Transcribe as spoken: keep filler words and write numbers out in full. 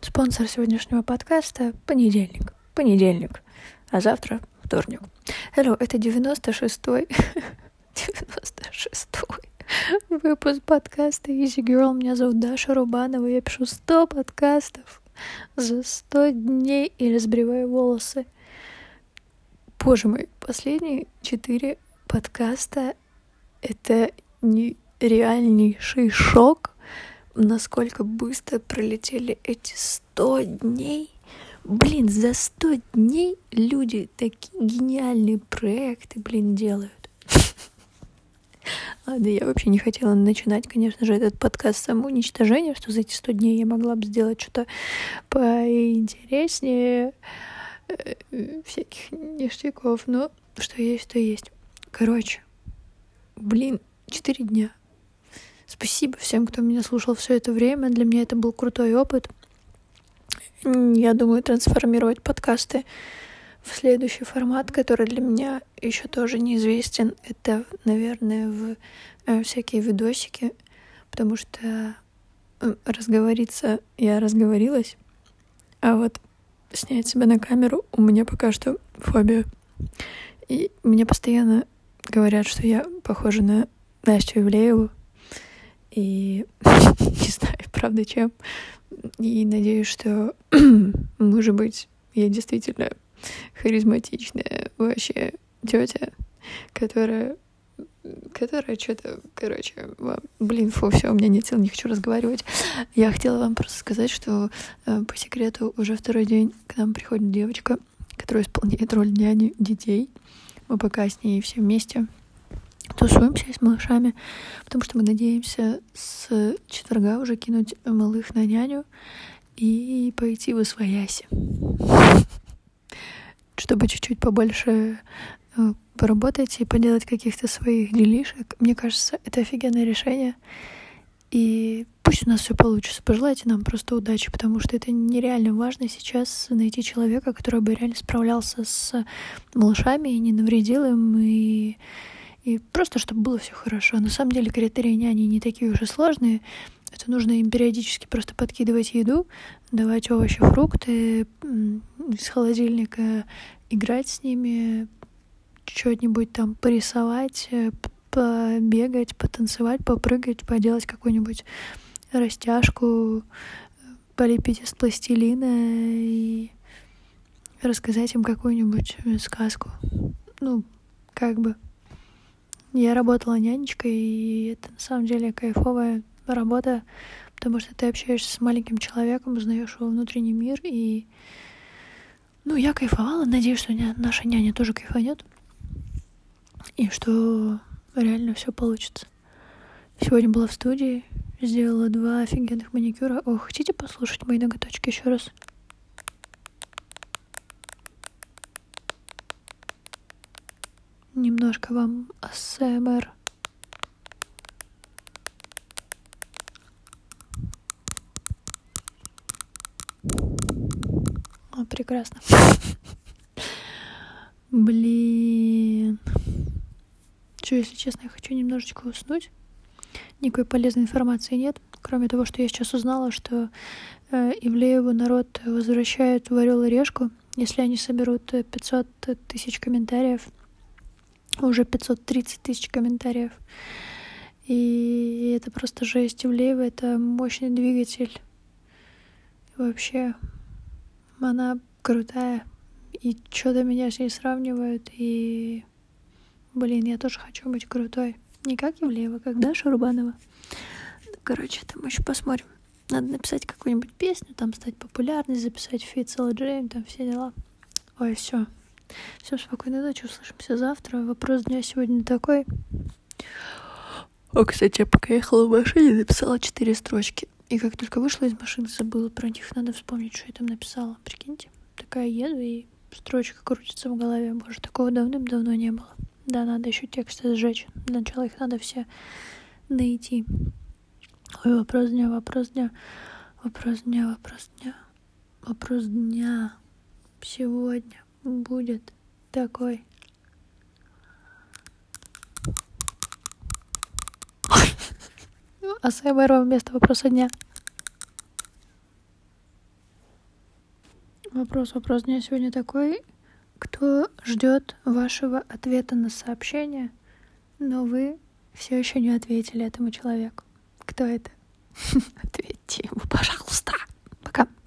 Спонсор сегодняшнего подкаста — понедельник. Понедельник. А завтра — вторник. Hello, это девяносто шестой... девяносто шестой выпуск подкаста Easy Girl. Меня зовут Даша Рубанова. Я пишу сто подкастов за сто дней и разбриваю волосы. Боже мой, последние четыре подкаста — это нереальнейший шок, насколько быстро пролетели эти сто дней. Блин, за сто дней люди такие гениальные проекты, блин, делают. Ладно, я вообще не хотела начинать, конечно же, этот подкаст с самоуничтожения, что за эти сто дней я могла бы сделать что-то поинтереснее, всяких ништяков, но что есть, то есть. Короче, блин, четыре дня. Спасибо всем, кто меня слушал все это время. Для меня это был крутой опыт. Я думаю трансформировать подкасты в следующий формат, который для меня еще тоже неизвестен. Это, наверное, в э, всякие видосики, потому что э, разговориться я разговорилась, а вот снять себя на камеру у меня пока что фобия. И мне постоянно говорят, что я похожа на Настю Ивлееву. И не знаю, правда, чем. И надеюсь, что, может быть, я действительно харизматичная вообще тетя, которая, которая что-то, короче, вам, блин, фу, все, у меня нет сил, не хочу разговаривать. Я хотела вам просто сказать, что э, по секрету уже второй день к нам приходит девочка, которая исполняет роль няни детей. Мы пока с ней все вместе тусуемся с малышами, потому что мы надеемся с четверга уже кинуть малых на няню и пойти в освояси, чтобы чуть-чуть побольше поработать и поделать каких-то своих делишек. Мне кажется, это офигенное решение, и пусть у нас все получится. Пожелайте нам просто удачи, потому что это нереально важно сейчас найти человека, который бы реально справлялся с малышами и не навредил им, и И просто, чтобы было все хорошо. На самом деле критерии няни не такие уж и сложные. Это нужно им периодически просто подкидывать еду, давать овощи, фрукты из холодильника, играть с ними, что-нибудь там порисовать, побегать, потанцевать, попрыгать, поделать какую-нибудь растяжку, полепить из пластилина и рассказать им какую-нибудь сказку. Ну, как бы. Я работала нянечкой, и это на самом деле кайфовая работа, потому что ты общаешься с маленьким человеком, узнаешь его внутренний мир, и ну, я кайфовала, надеюсь, что наша няня тоже кайфанет, и что реально все получится. Сегодня была в студии, сделала два офигенных маникюра. О, хотите послушать мои ноготочки еще раз? Немножко вам эй эс эм эр. О, прекрасно. Блин. Что, если честно, я хочу немножечко уснуть. Никакой полезной информации нет, кроме того, что я сейчас узнала, что э, Ивлееву народ возвращает в Орел и Решку, если они соберут пятьсот тысяч комментариев. Уже пятьсот тридцать тысяч комментариев. И это просто жесть. Ивлеева — это мощный двигатель. И вообще, она крутая. И что-то меня с ней сравнивают. И, блин, я тоже хочу быть крутой. Не как Ивлеева, как Даша Рубанова. Короче, там еще посмотрим. Надо написать какую-нибудь песню, там стать популярной, записать фит с эл джей, там все дела. Ой, все. Всем спокойной ночи, услышимся завтра. Вопрос дня сегодня такой. О, кстати, я пока ехала в машине, написала четыре строчки. И как только вышла из машины, забыла про них. Надо вспомнить, что я там написала. Прикиньте, такая еду, и строчка крутится в голове. Боже, такого давным-давно не было. Да, надо еще тексты сжечь. Для начала их надо все найти. Ой, вопрос дня, вопрос дня. Вопрос дня, вопрос дня. Вопрос дня. Сегодня будет такой. А эй эс эм эр вместо вопроса дня. Вопрос, вопрос дня сегодня такой. Кто ждет вашего ответа на сообщение, но вы все еще не ответили этому человеку? Кто это? Ответьте ему, пожалуйста. Пока.